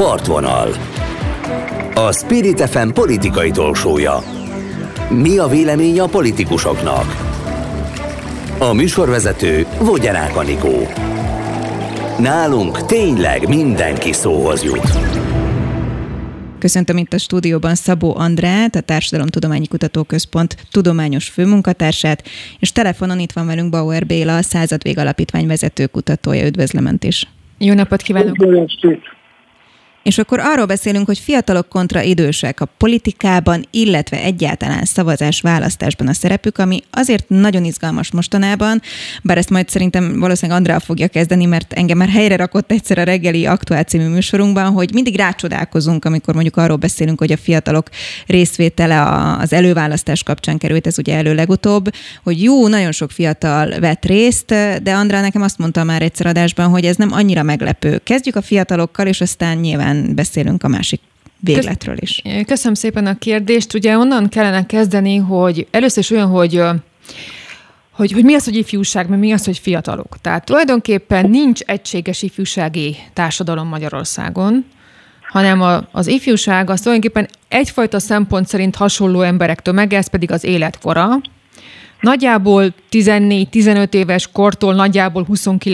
Partvonal. A Spirit FM politikai talkshow-ja. Mi a vélemény a politikusoknak? A műsorvezető Vogyarák Anikó. Nálunk tényleg mindenki szóhoz jut. Köszöntöm itt a stúdióban Szabó Andrát, a Társadalomtudományi Kutatóközpont tudományos főmunkatársát, és telefonon itt van velünk Bauer Béla, a Századvég Alapítvány vezető kutatója. Üdvözlöm Önt is! Jó napot kívánok! És akkor arról beszélünk, hogy fiatalok kontra idősek a politikában, illetve egyáltalán szavazás-választásban a szerepük, ami azért nagyon izgalmas mostanában, bár ezt majd szerintem valószínűleg Andrea fogja kezdeni, mert engem már helyre rakott egyszer a reggeli Aktuál című műsorunkban, hogy mindig rácsodálkozunk, amikor mondjuk arról beszélünk, hogy a fiatalok részvétele az előválasztás kapcsán került, ez ugye elő legutóbb, hogy jó, nagyon sok fiatal vett részt, de Andrea nekem azt mondta már egyszer adásban, hogy ez nem annyira meglepő. Kezdjük a fiatalokkal, és aztán nyilván beszélünk a másik végletről is. Köszönöm szépen a kérdést. Ugye onnan kellene kezdeni, hogy először is olyan, hogy mi az, hogy ifjúság, mert mi az, hogy fiatalok. Tehát tulajdonképpen nincs egységes ifjúsági társadalom Magyarországon, hanem az ifjúság az tulajdonképpen egyfajta szempont szerint hasonló emberek tömege, ez pedig az életkora. Nagyjából 14-15 éves kortól nagyjából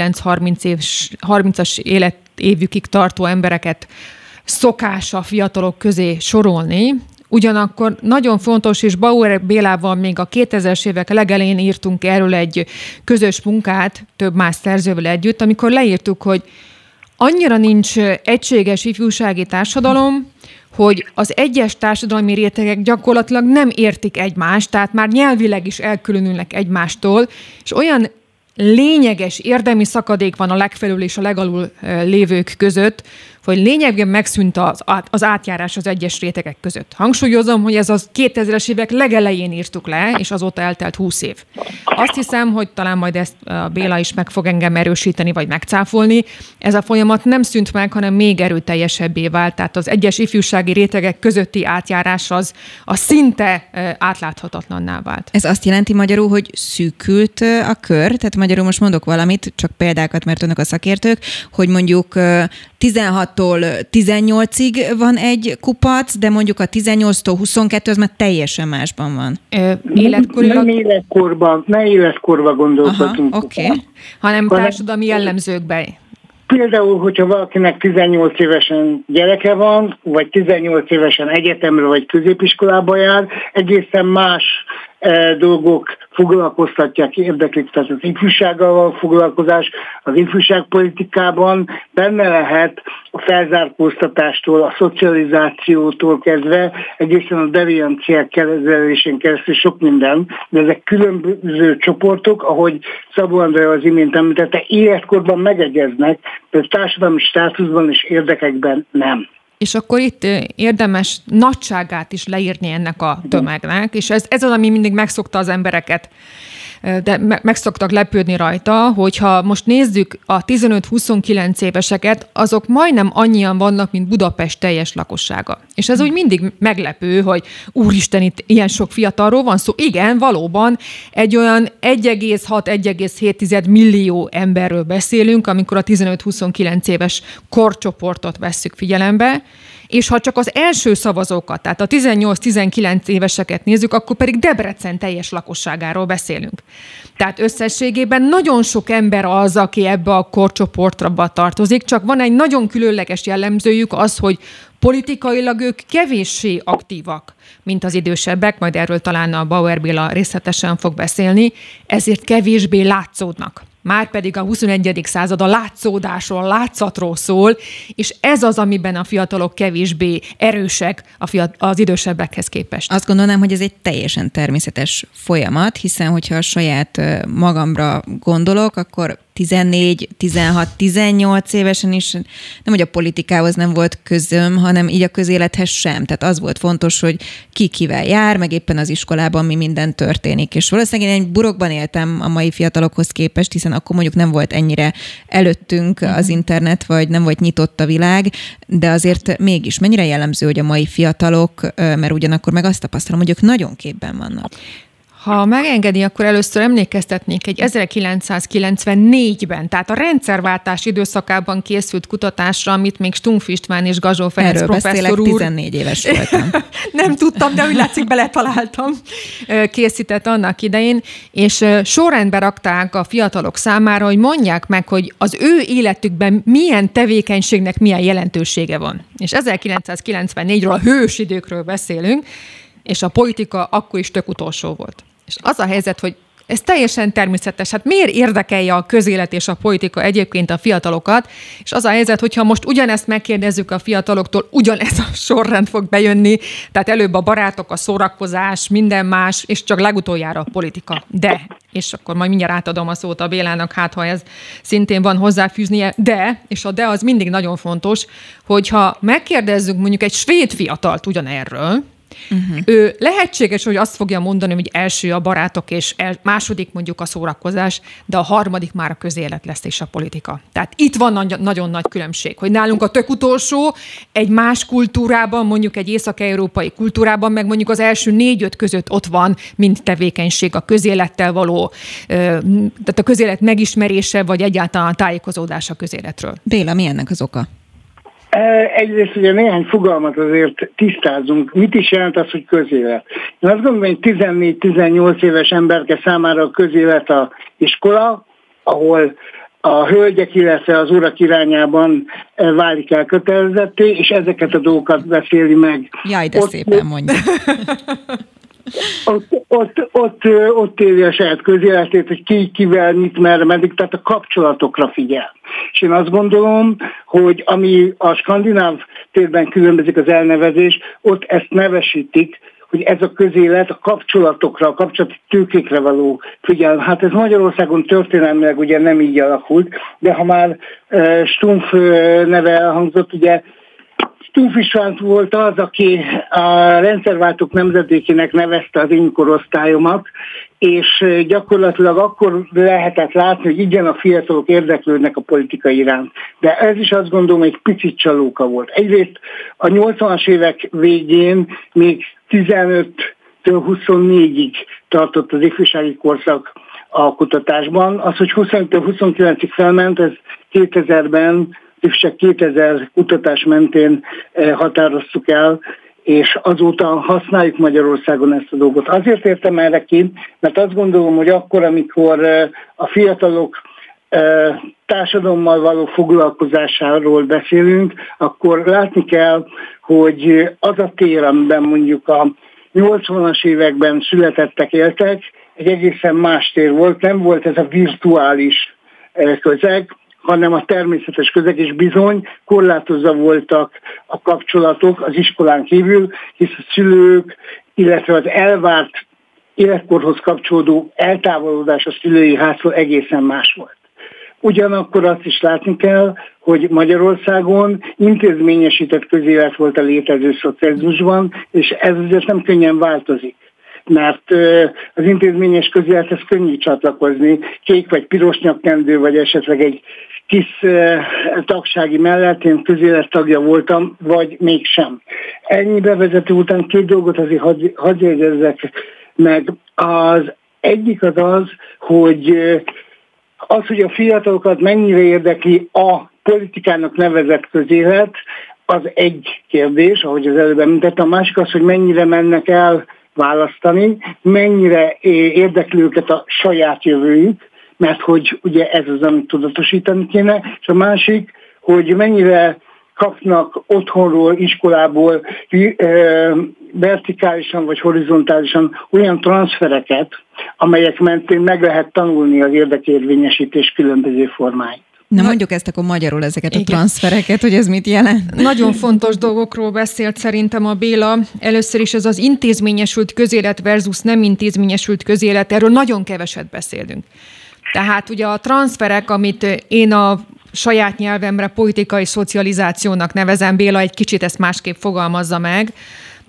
29-30-as életévükig tartó embereket szokás a fiatalok közé sorolni. Ugyanakkor nagyon fontos, és Bauer Bélával még a 2000-es évek legelején írtunk erről egy közös munkát, több más szerzővel együtt, amikor leírtuk, hogy annyira nincs egységes ifjúsági társadalom, hogy az egyes társadalmi rétegek gyakorlatilag nem értik egymást, tehát már nyelvileg is elkülönülnek egymástól, és olyan lényeges érdemi szakadék van a legfelül és a legalul lévők között, hogy lényegében megszűnt az átjárás az egyes rétegek között. Hangsúlyozom, hogy ez az 2000-es évek legelején írtuk le, és azóta eltelt 20 év. Azt hiszem, hogy talán majd ezt Béla is meg fog engem erősíteni, vagy megcáfolni. Ez a folyamat nem szűnt meg, hanem még erőteljesebbé vált. Tehát az egyes ifjúsági rétegek közötti átjárás az szinte átláthatatlanná vált. Ez azt jelenti magyarul, hogy szűkült a kör? Tehát magyarul most mondok valamit, csak példákat, mert önök a szakértők, hogy mondjuk 16-tól 18-ig van egy kupac, de mondjuk a 18-tól 22 az már teljesen másban van. Nem életkorban gondolkodunk. Oké. Hanem társadalmi jellemzőkben. Például, hogyha valakinek 18 évesen gyereke van, vagy 18 évesen egyetemre vagy középiskolába jár, egészen más dolgok foglalkoztatják, érdeklik, tehát az ifjúsággal való foglalkozás, az ifjúságpolitikában benne lehet a felzárkóztatástól, a szocializációtól kezdve, egészen a devianciák kezelésén keresztül sok minden, de ezek különböző csoportok, ahogy Szabó Andrea az imént említette, életkorban megegyeznek, de társadalmi státuszban és érdekekben nem. És akkor itt érdemes nagyságát is leírni ennek a tömegnek, és ez az, ami mindig megszokta az embereket, de meg szoktak lepődni rajta, hogyha most nézzük a 15-29 éveseket, azok majdnem annyian vannak, mint Budapest teljes lakossága. És ez úgy mindig meglepő, hogy úristen, itt ilyen sok fiatalról van szó. Igen, valóban egy olyan 1,6-1,7 millió emberről beszélünk, amikor a 15-29 éves korcsoportot vesszük figyelembe, és ha csak az első szavazókat, tehát a 18-19 éveseket nézzük, akkor pedig Debrecen teljes lakosságáról beszélünk. Tehát összességében nagyon sok ember az, aki ebbe a korcsoportra tartozik, csak van egy nagyon különleges jellemzőjük az, hogy politikailag ők kevéssé aktívak, mint az idősebbek, majd erről talán a Bauer Béla részletesen fog beszélni, ezért kevésbé látszódnak. Márpedig a 21. század a látszódásról, látszatról szól, és ez az, amiben a fiatalok kevésbé erősek az idősebbekhez képest. Azt gondolnám, hogy ez egy teljesen természetes folyamat, hiszen hogyha a saját magamra gondolok, akkor 14, 16, 18 évesen is nem, hogy a politikához nem volt közöm, hanem így a közélethez sem. Tehát az volt fontos, hogy ki kivel jár, meg éppen az iskolában mi minden történik. És valószínűleg én egy burokban éltem a mai fiatalokhoz képest, hiszen akkor mondjuk nem volt ennyire előttünk az internet, vagy nem volt nyitott a világ, de azért mégis mennyire jellemző, hogy a mai fiatalok, mert ugyanakkor meg azt tapasztalom, hogy ők nagyon képben vannak. Ha megengedi, akkor először emlékeztetnék egy 1994-ben, tehát a rendszerváltás időszakában készült kutatásra, amit még Stumpf István és Gazsó Ferenc professzor úr... 14 éves voltam. Nem tudtam, de úgy látszik, beletaláltam. Készített annak idején, és sorrendbe rakták a fiatalok számára, hogy mondják meg, hogy az ő életükben milyen tevékenységnek milyen jelentősége van. És 1994-ről, a hős időkről beszélünk, és a politika akkor is tök utolsó volt. És az a helyzet, hogy ez teljesen természetes. Hát miért érdekelje a közélet és a politika egyébként a fiatalokat? És az a helyzet, hogyha most ugyanezt megkérdezzük a fiataloktól, ugyanez a sorrend fog bejönni, tehát előbb a barátok, a szórakozás, minden más, és csak legutoljára a politika. De, és akkor majd mindjárt átadom a szót a Bélának, hát ha ez szintén van hozzáfűznie, de, és a de az mindig nagyon fontos, hogyha megkérdezzük mondjuk egy svéd fiatalt ugyanerről, ő lehetséges, hogy azt fogja mondani, hogy első a barátok, és második mondjuk a szórakozás, de a harmadik már a közélet lesz és a politika. Tehát itt van nagyon nagy különbség, hogy nálunk a tök utolsó egy más kultúrában, mondjuk egy észak-európai kultúrában, meg mondjuk az első 4-5 között ott van, mint tevékenység a közélettel való, tehát a közélet megismerése, vagy egyáltalán a tájékozódás a közéletről. Béla, mi ennek az oka? Egyrészt ugye néhány fogalmat azért tisztázunk. Mit is jelent az, hogy közélet? Én azt gondolom, hogy 14-18 éves emberke számára a közélet a iskola, ahol a hölgyek, illetve az urak irányában válik el kötelezetté, és ezeket a dolgokat beszéli meg. Jaj, de szépen mondja. Ott éli a saját közéletét, hogy ki, kivel, mit, merre, meddig, tehát a kapcsolatokra figyel. És én azt gondolom, hogy ami a skandináv térben különbözik az elnevezés, ott ezt nevesítik, hogy ez a közélet a kapcsolatokra, a kapcsolati tőkékre való figyelem. Hát ez Magyarországon történelmileg ugye nem így alakult, de ha már Stumpf neve elhangzott, ugye Stumpf István volt az, aki a rendszerváltók nemzedékének nevezte az én korosztályomat, és gyakorlatilag akkor lehetett látni, hogy igen, a fiatalok érdeklődnek a politika iránt. De ez is azt gondolom, egy picit csalóka volt. Egyrészt a 80-as évek végén még 15-től 24-ig tartott az ifjúsági korszak a kutatásban. Az, hogy 25-től 29-ig felment, ez 2000-ben, ifjúság 2000 kutatás mentén határoztuk el, és azóta használjuk Magyarországon ezt a dolgot. Azért értem erre ki, mert azt gondolom, hogy akkor, amikor a fiatalok társadalommal való foglalkozásáról beszélünk, akkor látni kell, hogy az a tér, amiben mondjuk a 80-as években születettek, éltek, egy egészen más tér volt, nem volt ez a virtuális közeg, hanem a természetes közeg, és bizony korlátozva voltak a kapcsolatok az iskolán kívül, hisz a szülők, illetve az elvárt életkorhoz kapcsolódó eltávolodás a szülői háztól egészen más volt. Ugyanakkor azt is látni kell, hogy Magyarországon intézményesített közélet volt a létező szocializmusban, és ez azért nem könnyen változik. Mert az intézményes közélethez könnyű csatlakozni, kék vagy piros nyakkendő, vagy esetleg egy kis tagsági mellett én közélet tagja voltam, vagy mégsem. Ennyi bevezető után 2 dolgot azért hadd jegyezzek meg. Az egyik az, hogy a fiatalokat mennyire érdekli a politikának nevezett közélet, az egy kérdés, ahogy az előbb említettem. A másik az, hogy mennyire mennek el választani, mennyire érdekli őket a saját jövőjük, mert hogy ugye ez az, amit tudatosítani kéne, és a másik, hogy mennyire kapnak otthonról, iskolából vertikálisan vagy horizontálisan olyan transfereket, amelyek mentén meg lehet tanulni az érdekérvényesítés különböző formáit. Na mondjuk ezt akkor magyarul, ezeket a transfereket, hogy ez mit jelent? Nagyon fontos dolgokról beszélt szerintem a Béla. Először is ez az intézményesült közélet versus nem intézményesült közélet, erről nagyon keveset beszélünk. Tehát ugye a transferek, amit én a saját nyelvemre politikai szocializációnak nevezem, Béla egy kicsit ezt másképp fogalmazza meg.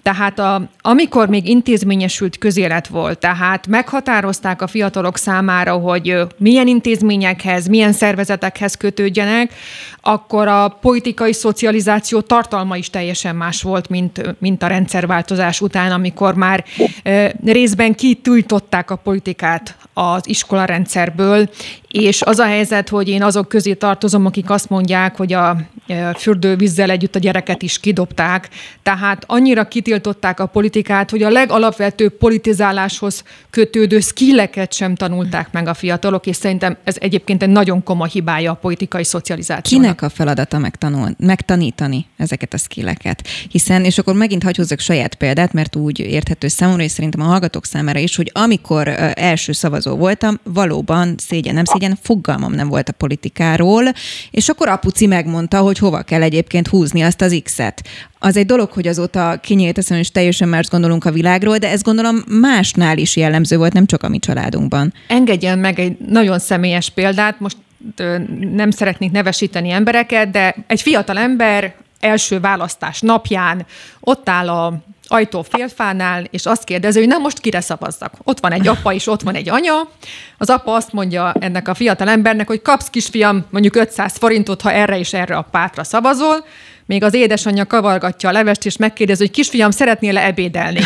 Tehát amikor még intézményesült közélet volt, tehát meghatározták a fiatalok számára, hogy milyen intézményekhez, milyen szervezetekhez kötődjenek, akkor a politikai szocializáció tartalma is teljesen más volt, mint a rendszerváltozás után, amikor már részben kitiltották a politikát az iskolarendszerből, és az a helyzet, hogy én azok közé tartozom, akik azt mondják, hogy a fürdővízzel együtt a gyereket is kidobták, tehát annyira kitiltották a politikát, hogy a legalapvetőbb politizáláshoz kötődő skilleket sem tanulták meg a fiatalok, és szerintem ez egyébként egy nagyon komoly hibája a politikai szocializációnak. Kinek a feladata megtanítani ezeket a skilleket? Hiszen, és akkor megint hagy hozzak saját példát, mert úgy érthető számomra, és szerintem a hallgatók számára is, hogy amikor első szavazó voltam, valóban nem szégyen, fogalmam nem volt a politikáról, és akkor apuci megmondta, hogy hova kell egyébként húzni azt az X-et. Az egy dolog, hogy azóta kinyílt eszem, és teljesen más gondolunk a világról, de ez gondolom másnál is jellemző volt, nem csak a mi családunkban. Engedjen meg egy nagyon személyes példát, most nem szeretnék nevesíteni embereket, de egy fiatal ember első választás napján ott áll a ajtó félfánál, és azt kérdezi, hogy na most kire szavazzak. Ott van egy apa és ott van egy anya. Az apa azt mondja ennek a fiatal embernek, hogy kapsz kisfiam mondjuk 500 forintot, ha erre és erre a pártra szavazol. Még az édesanyja kavargatja a levest, és megkérdezi, hogy kisfiam, szeretnél-e ebédelni?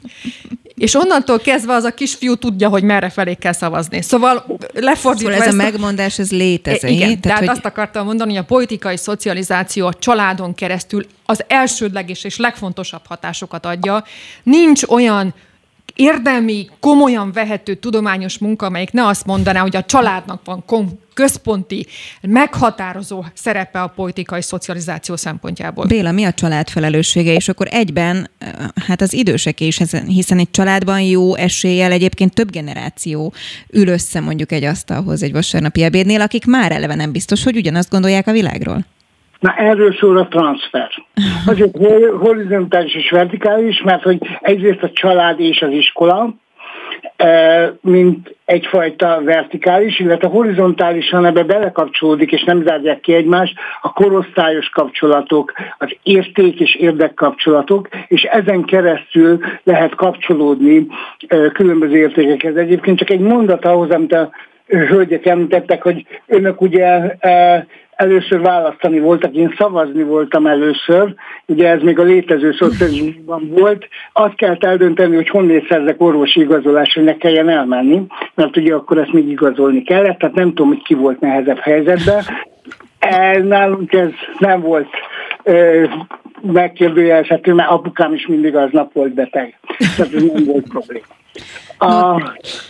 És onnantól kezdve az a kisfiú tudja, hogy merre felé kell szavazni. Szóval lefordítva... Szóval ez a megmondás, ez létezik. Igen, tehát hogy... azt akartam mondani, hogy a politikai szocializáció a családon keresztül az elsődleges és legfontosabb hatásokat adja. Nincs olyan érdemi, komolyan vehető tudományos munka, amelyik ne azt mondaná, hogy a családnak van központi, meghatározó szerepe a politikai szocializáció szempontjából. Béla, mi a család felelőssége? És akkor egyben, hát az időseké is, hiszen egy családban jó eséllyel egyébként több generáció ül össze mondjuk egy asztalhoz egy vasárnapi ebédnél, akik már eleve nem biztos, hogy ugyanazt gondolják a világról. Na, erről szól a transfer. Azért horizontális és vertikális, mert hogy egyrészt a család és az iskola, mint egyfajta vertikális, illetve horizontálisan ebbe belekapcsolódik, és nem zárják ki egymást, a korosztályos kapcsolatok, az érték és érdekkapcsolatok, és ezen keresztül lehet kapcsolódni különböző értékekhez. Egyébként csak egy mondat ahhoz, amit a hölgyek említettek, hogy önök ugye először választani voltak, én szavazni voltam először, ugye ez még a létező szocializmusban volt, azt kellett eldönteni, hogy honnét szerzek orvosi igazolást, hogy ne kelljen elmenni, mert ugye akkor ezt még igazolni kellett, tehát nem tudom, hogy ki volt nehezebb helyzetben. Nálunk ez nem volt megkérdőjelezhető, mert apukám is mindig aznap volt beteg, tehát ez nem volt probléma.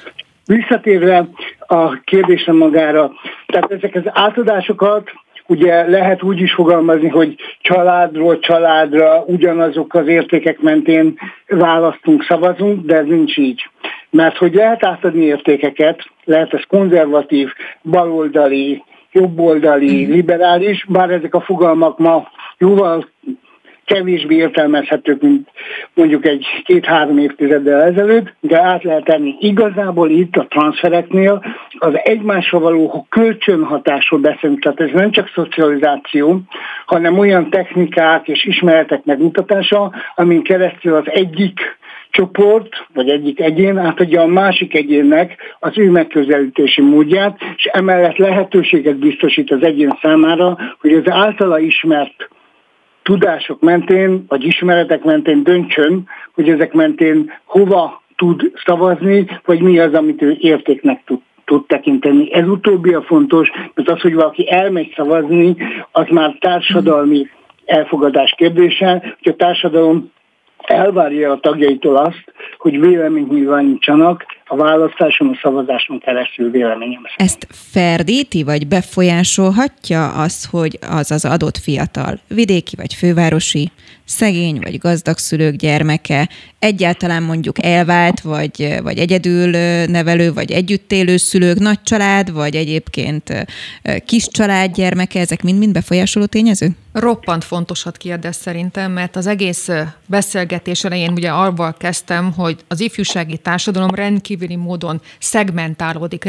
Visszatérve a kérdésre magára, tehát ezek az átadásokat ugye lehet úgy is fogalmazni, hogy családról családra ugyanazok az értékek mentén választunk, szavazunk, de ez nincs így. Mert hogy lehet átadni értékeket, lehet ez konzervatív, baloldali, jobboldali, liberális, bár ezek a fogalmak ma jóval kevésbé értelmezhetők, mint mondjuk egy 2-3 évtizeddel ezelőtt, de át lehet tenni. Igazából itt a transfereknél az egymásra való kölcsönhatásról beszélünk, tehát ez nem csak szocializáció, hanem olyan technikák és ismeretek megmutatása, amin keresztül az egyik csoport, vagy egyik egyén átadja a másik egyénnek az ő megközelítési módját, és emellett lehetőséget biztosít az egyén számára, hogy az általa ismert tudások mentén, vagy ismeretek mentén döntsön, hogy ezek mentén hova tud szavazni, vagy mi az, amit ő értéknek tud tekinteni. Ez utóbbi a fontos, mert az, hogy valaki elmegy szavazni, az már társadalmi elfogadás kérdése, hogy a társadalom elvárja a tagjaitól azt, hogy véleményt nyilvánítsanak a választáson, a szavazáson keresztül véleményem. Ezt ferdíti, vagy befolyásolhatja az, hogy az adott fiatal, vidéki vagy fővárosi, szegény vagy gazdag szülők gyermeke, egyáltalán mondjuk elvált, vagy egyedül nevelő, vagy együtt élő szülők, nagy család, vagy egyébként kis család gyermeke, ezek mind-mind befolyásoló tényező? Roppant fontosat kérdez szerintem, mert az egész beszélgetés elején ugye arról kezdtem, hogy az ifjúsági társadalom rendkívüli módon szegmentálódik,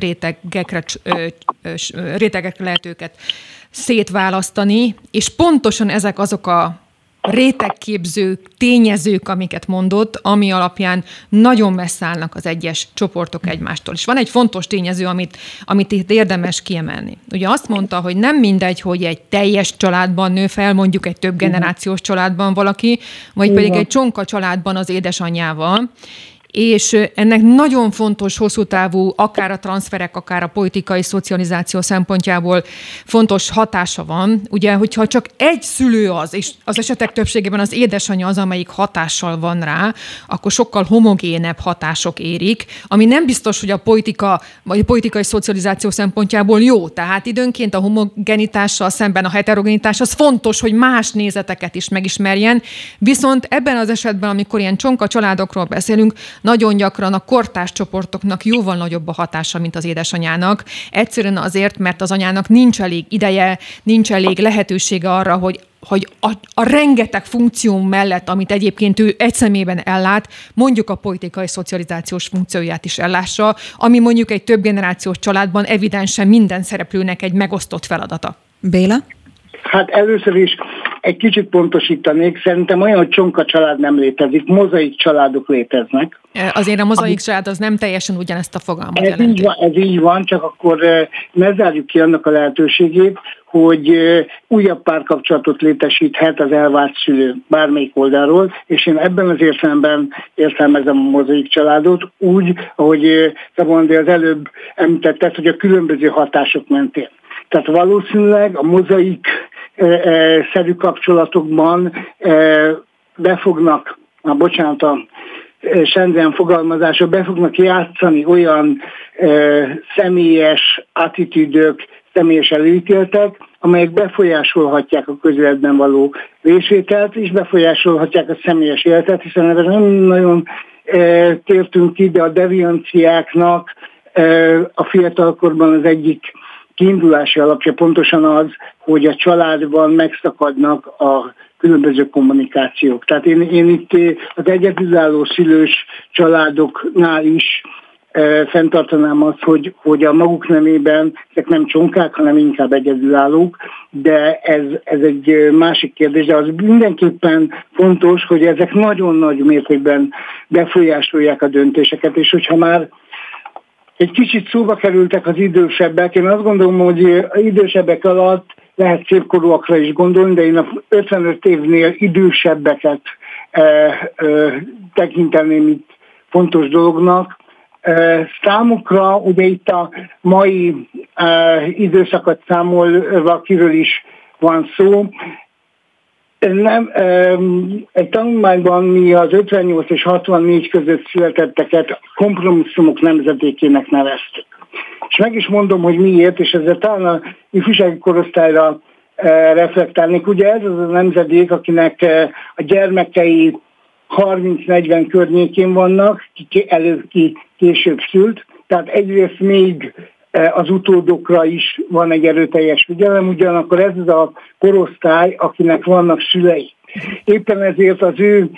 rétegekre lehet őket szétválasztani, és pontosan ezek azok a rétegképző tényezők, amiket mondott, ami alapján nagyon messze állnak az egyes csoportok egymástól. És van egy fontos tényező, amit itt érdemes kiemelni. Ugye azt mondta, hogy nem mindegy, hogy egy teljes családban nő fel, mondjuk egy több generációs családban valaki, vagy pedig egy csonka családban az édesanyjával, és ennek nagyon fontos, hosszú távú, akár a transzferek, akár a politikai szocializáció szempontjából fontos hatása van. Ugye, hogyha csak egy szülő az, és az esetek többségében az édesanyja az, amelyik hatással van rá, akkor sokkal homogénebb hatások érik, ami nem biztos, hogy a politika, vagy a politikai szocializáció szempontjából jó. Tehát időnként a homogenitással szemben a heterogenitás az fontos, hogy más nézeteket is megismerjen, viszont ebben az esetben, amikor ilyen csonka családokról beszélünk, nagyon gyakran a kortárs csoportoknak jóval nagyobb a hatása, mint az édesanyának. Egyszerűen azért, mert az anyának nincs elég ideje, nincs elég lehetősége arra, hogy a rengeteg funkció mellett, amit egyébként ő egy személyben ellát, mondjuk a politikai szocializációs funkcióját is ellássa, ami mondjuk egy több generációs családban evidensen minden szereplőnek egy megosztott feladata. Béla? Hát először is egy kicsit pontosítanék, szerintem olyan, hogy csonka család nem létezik, mozaik családok léteznek. Azért a mozaik család az nem teljesen ugyanezt a fogalmat jelenti. Ez így van, csak akkor ne zárjuk ki annak a lehetőségét, hogy újabb párkapcsolatot létesíthet az elvált szülő bármelyik oldalról, és én ebben az értelemben értelmezem a mozaik családot úgy, ahogy Szabó André az előbb említette, hogy a különböző hatások mentén. Tehát valószínűleg a mozaik szerű kapcsolatokban befognak, bocsánat a sendzen fogalmazásra, be fognak játszani olyan személyes attitűdök, személyes előítéletek, amelyek befolyásolhatják a közéletben való részvételt, és befolyásolhatják a személyes életet, hiszen ebben nem nagyon tértünk ki, de a devianciáknak a fiatalkorban az egyik kiindulási alapja pontosan az, hogy a családban megszakadnak a különböző kommunikációk. Tehát én itt az egyedülálló szülős családoknál is fenntartanám azt, hogy a maguk nemében ezek nem csonkák, hanem inkább egyedülállók, de ez egy másik kérdés, de az mindenképpen fontos, hogy ezek nagyon nagy mértékben befolyásolják a döntéseket, és hogyha már egy kicsit szóba kerültek az idősebbek. Én azt gondolom, hogy idősebbek alatt lehet szépkorúakra is gondolni, de én a 55 évnél idősebbeket tekinteném itt fontos dolognak. Számukra, ugye itt a mai időszakat számolva, kiről is van szó, nem, egy tanulmányban mi az 58 és 64 között születetteket kompromisszumok nemzedékének neveztük. És meg is mondom, hogy miért, és ezzel talán a ifjúsági korosztályra reflektálnék. Ugye ez az a nemzedék, akinek a gyermekei 30-40 környékén vannak, ki később szült, tehát egyrészt még az utódokra is van egy erőteljes figyelem, ugyanakkor ez az a korosztály, akinek vannak szülei. Éppen ezért az ő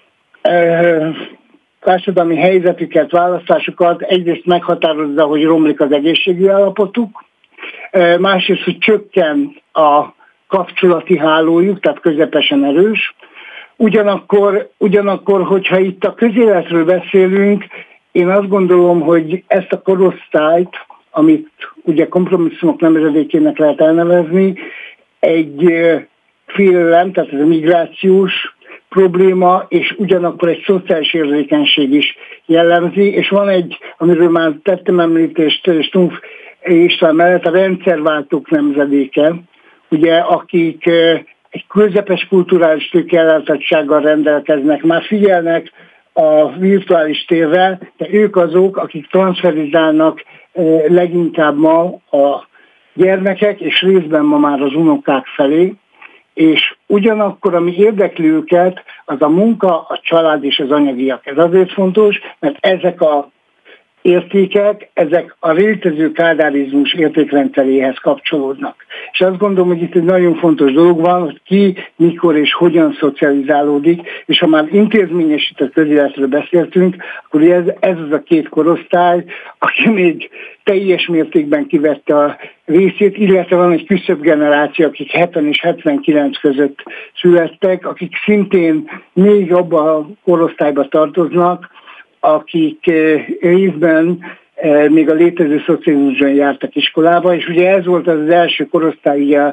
társadalmi helyzetüket, választásukat egyrészt meghatározza, hogy romlik az egészségügyi állapotuk, másrészt, hogy csökken a kapcsolati hálójuk, tehát közepesen erős. Ugyanakkor, hogyha itt a közéletről beszélünk, én azt gondolom, hogy ezt a korosztályt, amit ugye kompromisszumok nemzedékének lehet elnevezni, egy félelem, tehát ez a migrációs probléma, és ugyanakkor egy szociális érzékenység is jellemzi, és van egy, amiről már tettem említést Stumpf István mellett, a rendszerváltók nemzedéke, ugye, akik egy közepes kulturális tőkeellátottsággal rendelkeznek, már figyelnek a virtuális térre, de ők azok, akik transferizálnak leginkább ma a gyermekek, és részben ma már az unokák felé, és ugyanakkor, ami érdekli őket, az a munka, a család és az anyagiak. Ez azért fontos, mert ezek a értékek, ezek a létező kádárizmus értékrendszeréhez kapcsolódnak. És azt gondolom, hogy itt egy nagyon fontos dolog van, hogy ki, mikor és hogyan szocializálódik, és ha már intézményesített közéletről beszéltünk, akkor ez az a két korosztály, aki még teljes mértékben kivette a részét, illetve van egy küszöbb generáció, akik 70 és 79 között születtek, akik szintén még abban a korosztályba tartoznak, akik részben még a létező szocializmusban jártak iskolába, és ugye ez volt az első korosztály, ugye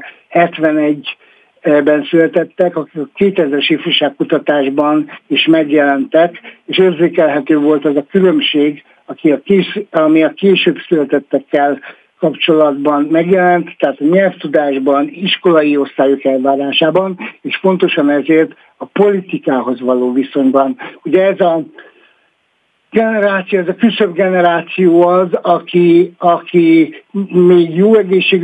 71-ben születettek, akik a 2000-es ifjúságkutatásban is megjelentek, és érzékelhető volt az a különbség, ami a később születettekkel kapcsolatban megjelent, tehát a nyelvtudásban, iskolai osztályok elvárásában, és pontosan ezért a politikához való viszonyban. Ugye ez a generáció, ez a küszöbb generáció az, aki még jó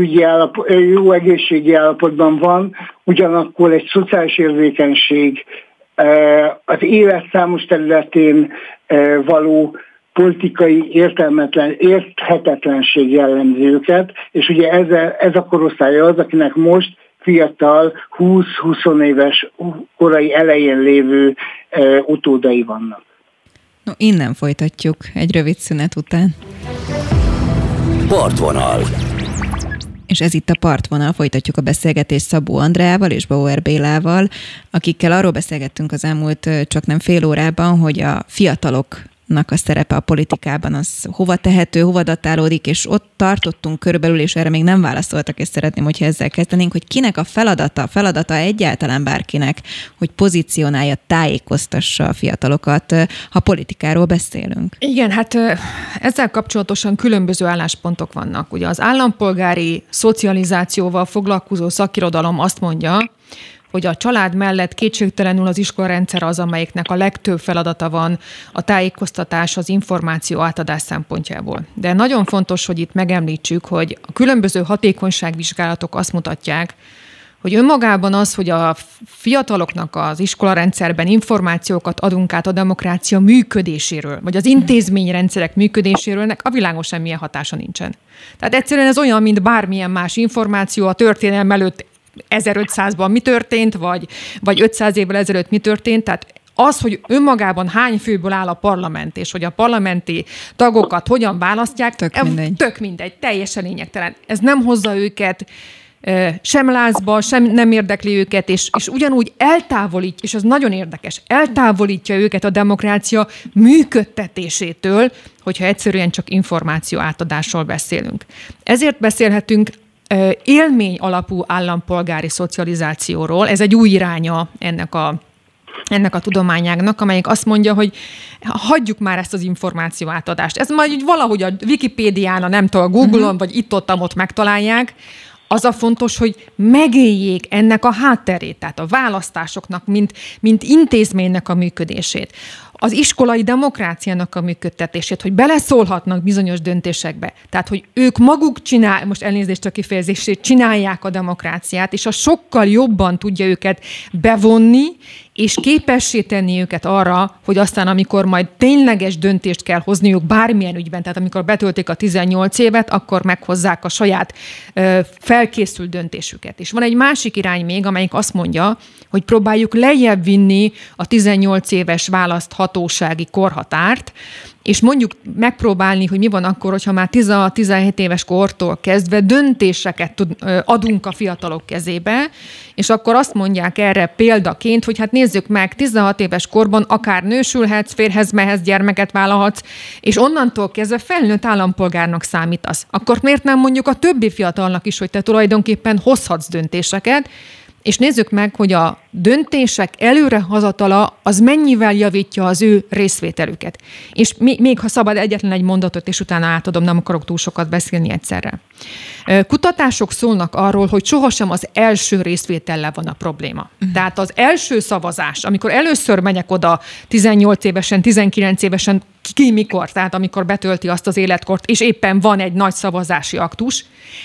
egészségi állapotban van, ugyanakkor egy szociális érzékenység, az élet számos területén való politikai érthetetlenség jellemzi őket, és ugye ez a korosztály az, akinek most fiatal, 20-20 éves korai elején lévő utódai vannak. No, innen folytatjuk egy rövid szünet után. Partvonal. És ez itt a Partvonal, folytatjuk a beszélgetést Szabó Andreával és Bauer Bélával, akikkel arról beszélgettünk az elmúlt csaknem fél órában, hogy a fiataloknak a szerepe a politikában az hova tehető, hova datálódik, és ott tartottunk körülbelül, és erre még nem válaszoltak, és szeretném, hogyha ezzel kezdenénk, hogy kinek a feladata egyáltalán bárkinek, hogy pozícionálja, tájékoztassa a fiatalokat, ha politikáról beszélünk. Igen, hát ezzel kapcsolatosan különböző álláspontok vannak. Ugye az állampolgári szocializációval foglalkozó szakirodalom azt mondja, hogy a család mellett kétségtelenül az iskolarendszer az, amelyiknek a legtöbb feladata van a tájékoztatás, az információ átadás szempontjából. De nagyon fontos, hogy itt megemlítsük, hogy a különböző hatékonyságvizsgálatok azt mutatják, hogy önmagában az, hogy a fiataloknak az iskolarendszerben információkat adunk át a demokrácia működéséről, vagy az intézményrendszerek működéséről, nek a világon semmilyen hatása nincsen. Tehát egyszerűen ez olyan, mint bármilyen más információ a történelem előtt 1500-ban mi történt, vagy 500 évvel ezelőtt mi történt, tehát az, hogy önmagában hány főből áll a parlament, és hogy a parlamenti tagokat hogyan választják, tök mindegy, teljesen lényegtelen. Ez nem hozza őket sem lázba, sem nem érdekli őket, és ugyanúgy eltávolítja, és ez nagyon érdekes, eltávolítja őket a demokrácia működtetésétől, hogyha egyszerűen csak információ átadásról beszélünk. Ezért beszélhetünk élmény alapú állampolgári szocializációról. Ez egy új iránya ennek a tudományágnak, amelyik azt mondja, hogy hagyjuk már ezt az információ átadást. Ez majd valahogy a Wikipédián, nem tudom, a Google-on, vagy itt-ott megtalálják. Az a fontos, hogy megéljék ennek a hátterét, tehát a választásoknak, mint intézménynek a működését, az iskolai demokráciának a működtetését, hogy beleszólhatnak bizonyos döntésekbe. Tehát, hogy ők maguk most elnézést a kifejezését, csinálják a demokráciát, és az sokkal jobban tudja őket bevonni, és képessé tenni őket arra, hogy aztán, amikor majd tényleges döntést kell hozniuk bármilyen ügyben, tehát amikor betöltik a 18 évet, akkor meghozzák a saját felkészült döntésüket. És van egy másik irány még, amelyik azt mondja, hogy próbáljuk lejjebb vinni a 18 éves választhatósági korhatárt, és mondjuk megpróbálni, hogy mi van akkor, hogyha már 16-17 éves kortól kezdve döntéseket adunk a fiatalok kezébe, és akkor azt mondják erre példaként, hogy hát nézzük meg, 16 éves korban akár nősülhetsz, férjhez mehetsz, gyermeket vállalhatsz, és onnantól kezdve felnőtt állampolgárnak számítasz. Akkor miért nem mondjuk a többi fiatalnak is, hogy te tulajdonképpen hozhatsz döntéseket, és nézzük meg, hogy a döntések előrehozatala az mennyivel javítja az ő részvételüket. És még ha szabad egyetlen egy mondatot, és utána átadom, nem akarok túl sokat beszélni egyszerre. Kutatások szólnak arról, hogy sohasem az első részvétellel van a probléma. Tehát az első szavazás, amikor először megyek oda 18 évesen, 19 évesen, ki mikor, tehát amikor betölti azt az életkort, és éppen van egy nagy szavazási aktus,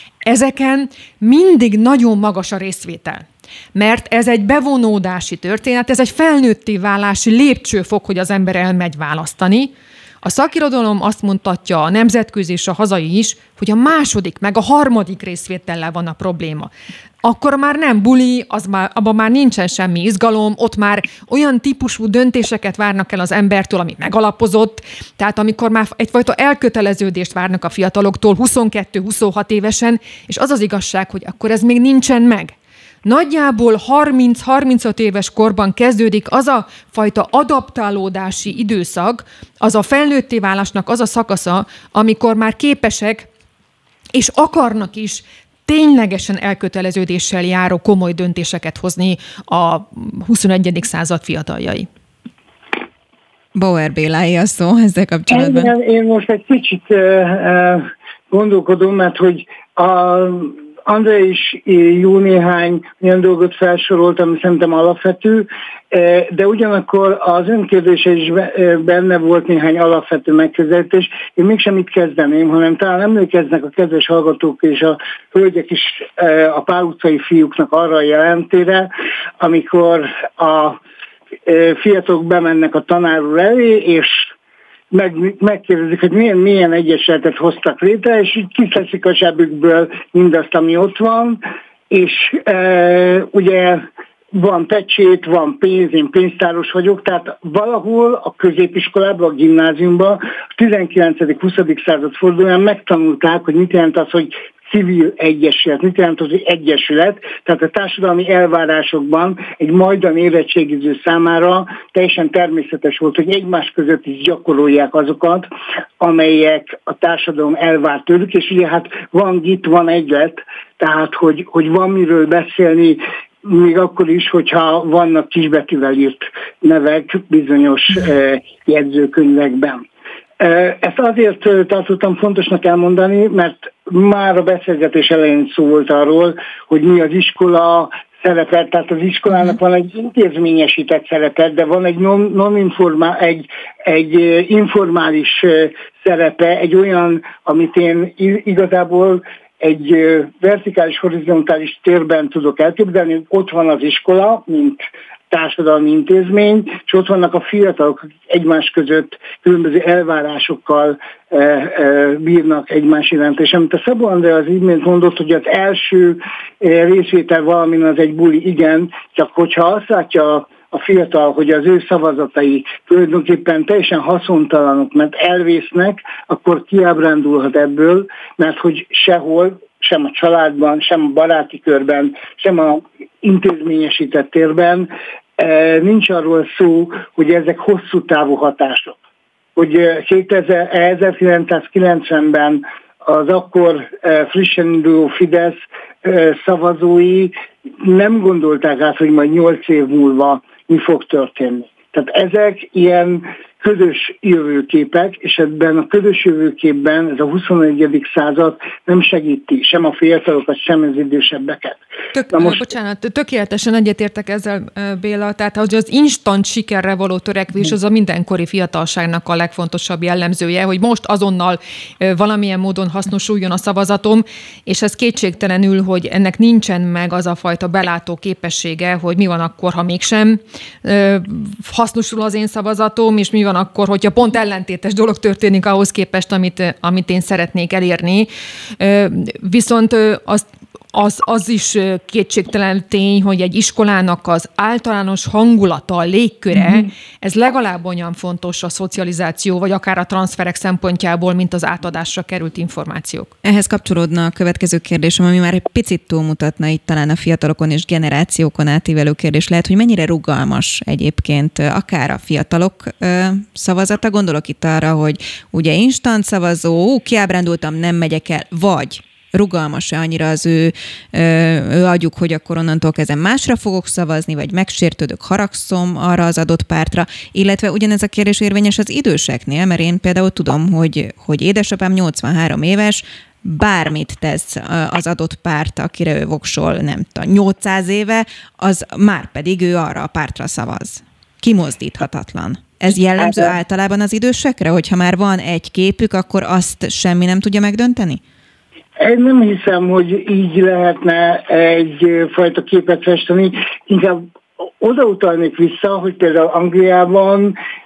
ezeken mindig nagyon magas a részvétel. Mert ez egy bevonódási történet, ez egy felnőtté válási lépcsőfok, hogy az ember elmegy választani. A szakirodalom azt mondhatja, a nemzetközi és a hazai is, hogy a második, meg a harmadik részvétellel van a probléma. Akkor már nem buli, abban már nincsen semmi izgalom, ott már olyan típusú döntéseket várnak el az embertől, ami megalapozott, tehát amikor már egyfajta elköteleződést várnak a fiataloktól 22-26 évesen, és az az igazság, hogy akkor ez még nincsen meg. Nagyjából 30-35 éves korban kezdődik az a fajta adaptálódási időszak, az a felnőtté válásnak az a szakasza, amikor már képesek és akarnak is ténylegesen elköteleződéssel járó komoly döntéseket hozni a 21. század fiataljai. Bauer Bélái a szó ezzel kapcsolatban. Én most egy kicsit gondolkodom, mert hogy Andrea is jó néhány olyan dolgot felsorolt, ami szerintem alapvető, de ugyanakkor az önkérdése is benne volt néhány alapvető megközelítés. Én mégsem itt kezdeném, hanem talán emlékeznek a kedves hallgatók és a hölgyek is a Pál utcai fiúknak arra a jelentére, amikor a fiatalok bemennek a tanár úr elé, és megkérdezik, hogy milyen egyesületet hoztak létre, és így kiteszik a zsebükből mindazt, ami ott van, és ugye van pecsét, van pénz, én pénztáros vagyok, tehát valahol a középiskolában, a gimnáziumban a 19.-20. század fordulóján megtanulták, hogy mit jelent az, hogy civil egyesület, mit jelent az, hogy egyesület, tehát a társadalmi elvárásokban egy majdan érettségiző számára teljesen természetes volt, hogy egymás között is gyakorolják azokat, amelyek a társadalom elvár tőlük, és ugye hát van git, van egylet, tehát hogy van miről beszélni, még akkor is, hogyha vannak kisbetűvel írt nevek bizonyos jegyzőkönyvekben. Ezt azért tartottam fontosnak elmondani, mert már a beszélgetés elején szó volt arról, hogy mi az iskola szerepe, tehát az iskolának van egy intézményesített szerepe, de van egy informális szerepe, egy olyan, amit én igazából egy vertikális, horizontális térben tudok elképzelni, ott van az iskola, mint társadalmi intézmény, és ott vannak a fiatalok, akik egymás között különböző elvárásokkal bírnak egymás iránt. És amit a Szabó Andrea az imént mondott, hogy az első részvétel valamin az egy buli, igen, csak hogyha azt látja a fiatal, hogy az ő szavazatai tulajdonképpen teljesen haszontalanok, mert elvésznek, akkor kiábrándulhat ebből, mert hogy sehol, sem a családban, sem a baráti körben, sem a intézményesített térben nincs arról szó, hogy ezek hosszú távú hatások. Hogy 1990-ben az akkor frissen induló Fidesz szavazói nem gondolták át, hogy majd 8 év múlva mi fog történni. Tehát ezek ilyen közös jövőképek, és ebben a közös jövőképben ez a 21. század nem segíti sem a fiatalokat, sem az idősebbeket. Bocsánat, tökéletesen egyetértek ezzel, Béla, tehát az instant sikerre való törekvés az a mindenkori fiatalságnak a legfontosabb jellemzője, hogy most azonnal valamilyen módon hasznosuljon a szavazatom, és ez kétségtelenül, hogy ennek nincsen meg az a fajta belátó képessége, hogy mi van akkor, ha mégsem hasznosul az én szavazatom, és mi van akkor, hogyha pont ellentétes dolog történik ahhoz képest, amit én szeretnék elérni. Viszont az is kétségtelen tény, hogy egy iskolának az általános hangulata, a légköre, ez legalább olyan fontos a szocializáció, vagy akár a transzferek szempontjából, mint az átadásra került információk. Ehhez kapcsolódna a következő kérdésem, ami már egy picit túlmutatna itt talán a fiatalokon és generációkon átívelő kérdés lehet, hogy mennyire rugalmas egyébként akár a fiatalok szavazata. Gondolok itt arra, hogy ugye instant szavazó, kiábrándultam, nem megyek el, vagy rugalmas-e annyira az ő agyuk, hogy akkor onnantól kezdve másra fogok szavazni, vagy megsértődök, haragszom arra az adott pártra, illetve ugyanez a kérdés érvényes az időseknél, mert én például tudom, hogy édesapám 83 éves, bármit tesz az adott párt, akire ő voksol, nem tudom, 800 éve, az már pedig ő arra a pártra szavaz. Kimozdíthatatlan. Ez jellemző általában az idősekre, hogyha már van egy képük, akkor azt semmi nem tudja megdönteni? Én nem hiszem, hogy így lehetne egyfajta képet festeni. Inkább odautalnék vissza, hogy például Angliában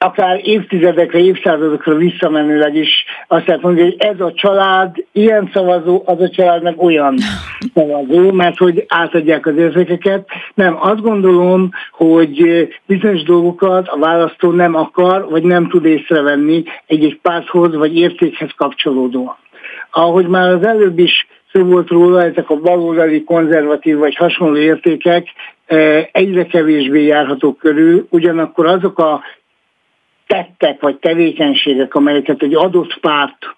akár évtizedekre, évszázadokra visszamenőleg is azt lehet mondani, hogy ez a család ilyen szavazó, az a család meg olyan szavazó, mert hogy átadják az érzékeket. Nem, azt gondolom, hogy bizonyos dolgokat a választó nem akar, vagy nem tud észrevenni egy párthoz, vagy értékhez kapcsolódóan. Ahogy már az előbb is szó volt róla, ezek a baloldali, konzervatív vagy hasonló értékek egyre kevésbé járhatók körül, ugyanakkor azok a tettek vagy tevékenységek, amelyeket egy adott párt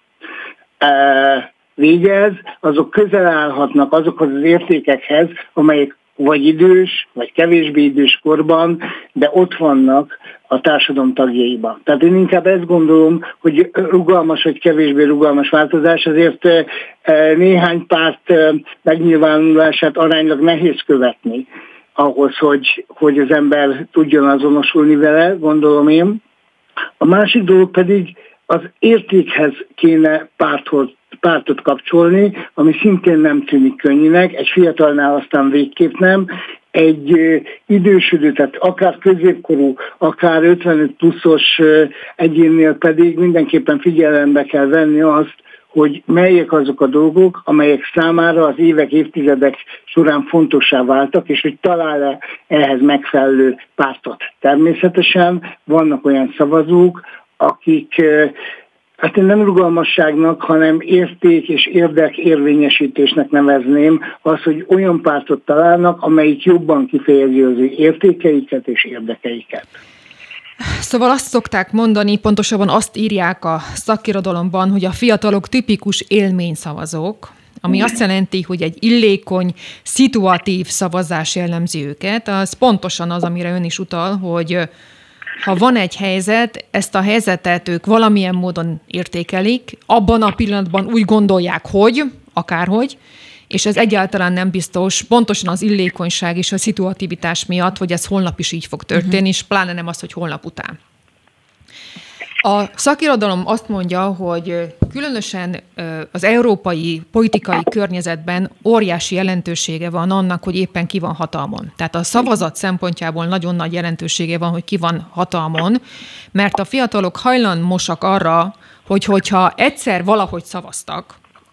végez, azok közel állhatnak azokhoz az értékekhez, amelyek vagy idős, vagy kevésbé idős korban, de ott vannak a társadalom tagjaiban. Tehát én inkább ezt gondolom, hogy rugalmas vagy kevésbé rugalmas változás, azért néhány párt megnyilvánulását aránylag nehéz követni ahhoz, hogy az ember tudjon azonosulni vele, gondolom én. A másik dolog pedig az értékhez kéne pártot kapcsolni, ami szintén nem tűnik könnyűnek, egy fiatalnál aztán végképp nem, egy idősödő, tehát akár középkorú, akár 55 pluszos egyénnél pedig mindenképpen figyelembe kell venni azt, hogy melyek azok a dolgok, amelyek számára az évek, évtizedek során fontossá váltak, és hogy talál-e ehhez megfelelő pártot. Természetesen vannak olyan szavazók, akik hát én nem rugalmasságnak, hanem érték és érdek érvényesítésnek nevezném az, hogy olyan pártot találnak, amelyik jobban kifejezi az értékeiket és érdekeiket. Szóval azt szokták mondani, pontosabban azt írják a szakirodalomban, hogy a fiatalok tipikus élményszavazók, ami azt jelenti, hogy egy illékony, szituatív szavazás jellemzi őket. Az pontosan az, amire ön is utal, hogy ha van egy helyzet, ezt a helyzetet ők valamilyen módon értékelik, abban a pillanatban úgy gondolják, hogy, akárhogy, és ez egyáltalán nem biztos, pontosan az illékonyság és a szituativitás miatt, hogy ez holnap is így fog történni, és pláne nem az, hogy holnap után. A szakirodalom azt mondja, hogy különösen az európai politikai környezetben óriási jelentősége van annak, hogy éppen ki van hatalmon. Tehát a szavazat szempontjából nagyon nagy jelentősége van, hogy ki van hatalmon, mert a fiatalok hajlamosak arra, hogyha egyszer valahogy szavaztak,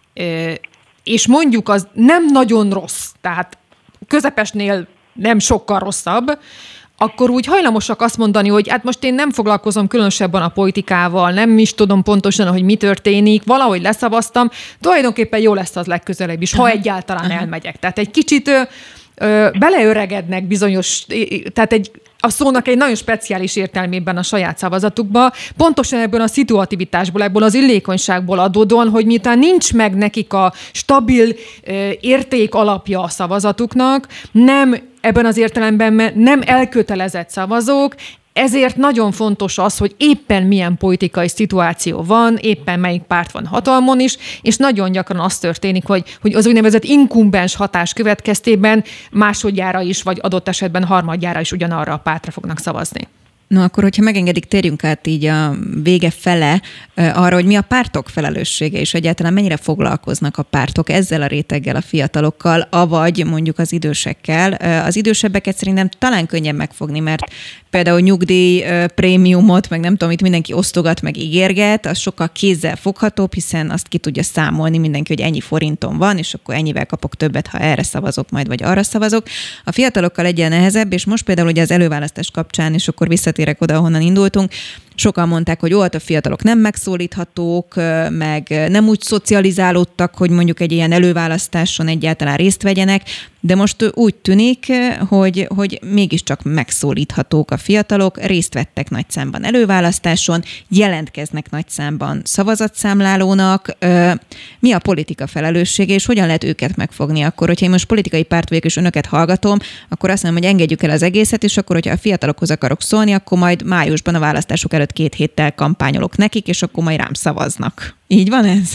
és mondjuk az nem nagyon rossz, tehát közepesnél nem sokkal rosszabb, akkor úgy hajlamosak azt mondani, hogy hát most én nem foglalkozom különösebben a politikával, nem is tudom pontosan, hogy mi történik, valahogy leszavaztam, tulajdonképpen jó lesz az legközelebb is, ha egyáltalán elmegyek. Tehát egy kicsit beleöregednek bizonyos, tehát a szónak egy nagyon speciális értelmében a saját szavazatukba, pontosan ebből a szituativitásból, ebből az illékonyságból adódóan, hogy miután nincs meg nekik a stabil érték alapja a szavazatuknak, nem ebben az értelemben nem elkötelezett szavazók, ezért nagyon fontos az, hogy éppen milyen politikai szituáció van, éppen melyik párt van hatalmon is, és nagyon gyakran az történik, hogy az úgynevezett inkumbens hatás következtében másodjára is, vagy adott esetben harmadjára is ugyanarra a pártra fognak szavazni. No, akkor, hogyha megengedik, térjünk át így a vége fele arra, hogy mi a pártok felelőssége, és egyáltalán mennyire foglalkoznak a pártok ezzel a réteggel, a fiatalokkal, avagy mondjuk az idősekkel. Az idősebbeket szerintem talán könnyebb megfogni, mert például nyugdíj prémiumot, meg nem tudom, itt mindenki osztogat, meg ígérget, az sokkal kézzel foghatóbb, hiszen azt ki tudja számolni mindenki, hogy ennyi forinton van, és akkor ennyivel kapok többet, ha erre szavazok majd, vagy arra szavazok. A fiatalokkal egyen nehezebb, és most például ugye az előválasztás kapcsán, és akkor visszatérek oda, ahonnan indultunk, sokan mondták, hogy a fiatalok nem megszólíthatók, meg nem úgy szocializálódtak, hogy mondjuk egy ilyen előválasztáson egyáltalán részt vegyenek, de most úgy tűnik, hogy mégiscsak megszólíthatók a fiatalok, részt vettek nagy számban előválasztáson, jelentkeznek nagy számban szavazatszámlálónak. Mi a politika felelőssége, és hogyan lehet őket megfogni akkor, hogyha én most politikai párt vagyok, és önöket hallgatom, akkor azt mondom, hogy engedjük el az egészet, és akkor, hogyha a fiatalokhoz akarok szólni, akkor majd májusban a választások előtt 2 héttel kampányolok nekik, és akkor majd rám szavaznak. Így van ez?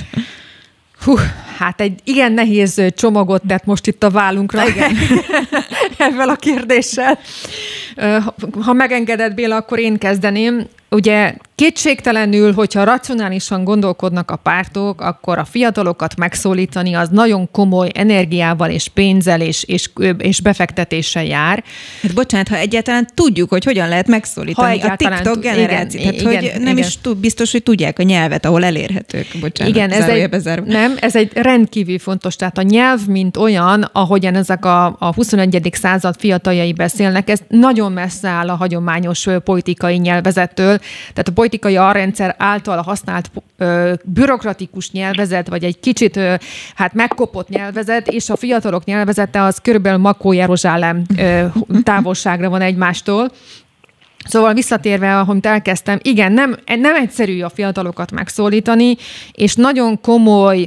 Hát egy igen nehéz csomagot tett most itt a vállunkra ezzel a kérdéssel. Ha megengedett, Béla, akkor én kezdeném. Ugye Kétségtelenül, hogyha racionálisan gondolkodnak a pártok, akkor a fiatalokat megszólítani az nagyon komoly energiával és pénzzel és befektetéssel jár. Hát bocsánat, ha egyáltalán tudjuk, hogy hogyan lehet megszólítani a TikTok generációt. Tehát, hogy nem is biztos, hogy tudják a nyelvet, ahol elérhetők. Bocsánat, igen, ez egy rendkívül fontos. Tehát a nyelv, mint olyan, ahogyan ezek a 21. század fiataljai beszélnek, ez nagyon messze áll a hagyományos politikai nyelvezettől. Tehát a politikai arrendszer által használt bürokratikus nyelvezet, vagy egy kicsit megkopott nyelvezet, és a fiatalok nyelvezete az körülbelül Makó-Jeruzsálem távolságra van egymástól. Szóval visszatérve, amit elkezdtem, igen, nem egyszerű a fiatalokat megszólítani, és nagyon komoly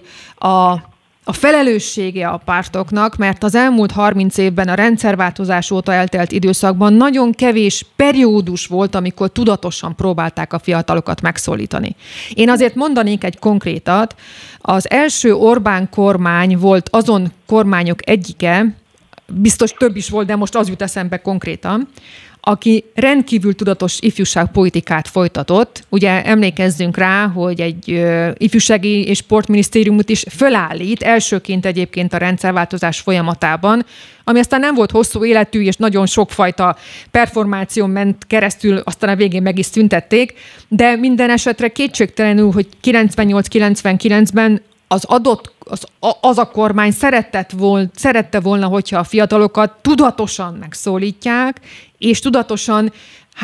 a felelőssége a pártoknak, mert az elmúlt 30 évben a rendszerváltozás óta eltelt időszakban nagyon kevés periódus volt, amikor tudatosan próbálták a fiatalokat megszólítani. Én azért mondanék egy konkrétat. Az első Orbán kormány volt azon kormányok egyike, biztos több is volt, de most az jut eszembe konkrétan, aki rendkívül tudatos ifjúságpolitikát folytatott. Ugye emlékezzünk rá, hogy egy ifjúsági és sportminisztériumot is fölállít, elsőként egyébként a rendszerváltozás folyamatában, ami aztán nem volt hosszú életű, és nagyon sokfajta performáción ment keresztül, aztán a végén meg is szüntették, de minden esetre kétségtelenül, hogy 98-99-ben az a kormány szerette volna, hogyha a fiatalokat tudatosan megszólítják, és tudatosan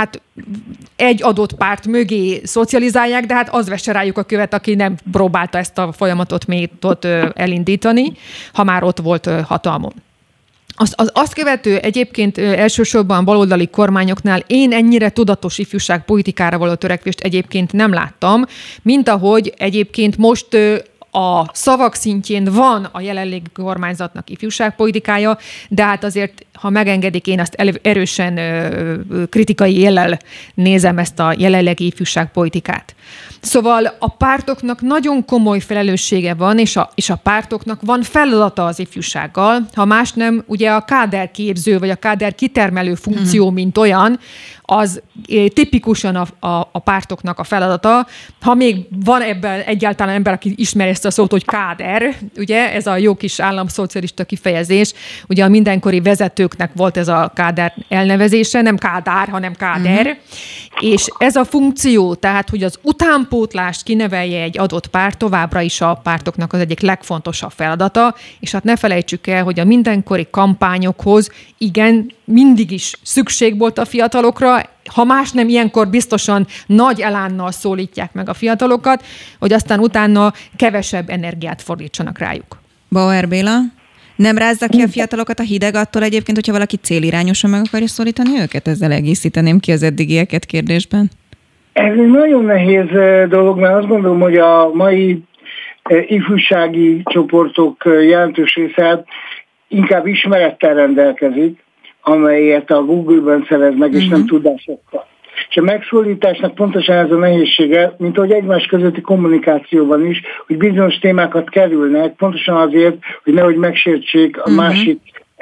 egy adott párt mögé szocializálják, de az vesse rájuk a követ, aki nem próbálta ezt a folyamatot még ott elindítani, ha már ott volt hatalmon. Azt követő egyébként elsősorban baloldali kormányoknál én ennyire tudatos ifjúságpolitikára való törekvést egyébként nem láttam, mint ahogy egyébként most a szavak szintjén van a jelenlegi kormányzatnak ifjúságpolitikája, de azért, ha megengedik, én azt erősen kritikai éllel nézem ezt a jelenlegi ifjúságpolitikát. Szóval a pártoknak nagyon komoly felelőssége van, és a pártoknak van feladata az ifjúsággal, ha más nem, ugye a káderképző, vagy a káder kitermelő funkció, mint olyan, az tipikusan a pártoknak a feladata. Ha még van ebben egyáltalán ember, aki ismeri ezt a szót, hogy káder, ugye, ez a jó kis államszocialista kifejezés, ugye a mindenkori vezetőknek volt ez a káder elnevezése, nem kádár, hanem káder, és ez a funkció, tehát, hogy az utánpótlást kinevelje egy adott párt, továbbra is a pártoknak az egyik legfontosabb feladata, és ne felejtsük el, hogy a mindenkori kampányokhoz igen, mindig is szükség volt a fiatalokra, ha más nem, ilyenkor biztosan nagy elánnal szólítják meg a fiatalokat, hogy aztán utána kevesebb energiát fordítsanak rájuk. Bauer Béla, nem rázza ki a fiatalokat a hideg attól egyébként, hogyha valaki célirányosan meg akarja szólítani őket? Ezzel egészíteném ki az eddigieket kérdésben. Ez egy nagyon nehéz dolog, mert azt gondolom, hogy a mai ifjúsági csoportok jelentős része inkább ismerettel rendelkezik, amelyet a Google-ben szerez meg, és nem tudásokkal. És a megszólításnak pontosan ez a nehézsége, mint ahogy egymás közötti kommunikációban is, hogy bizonyos témákat kerülnek, pontosan azért, hogy nehogy megsértsék a másik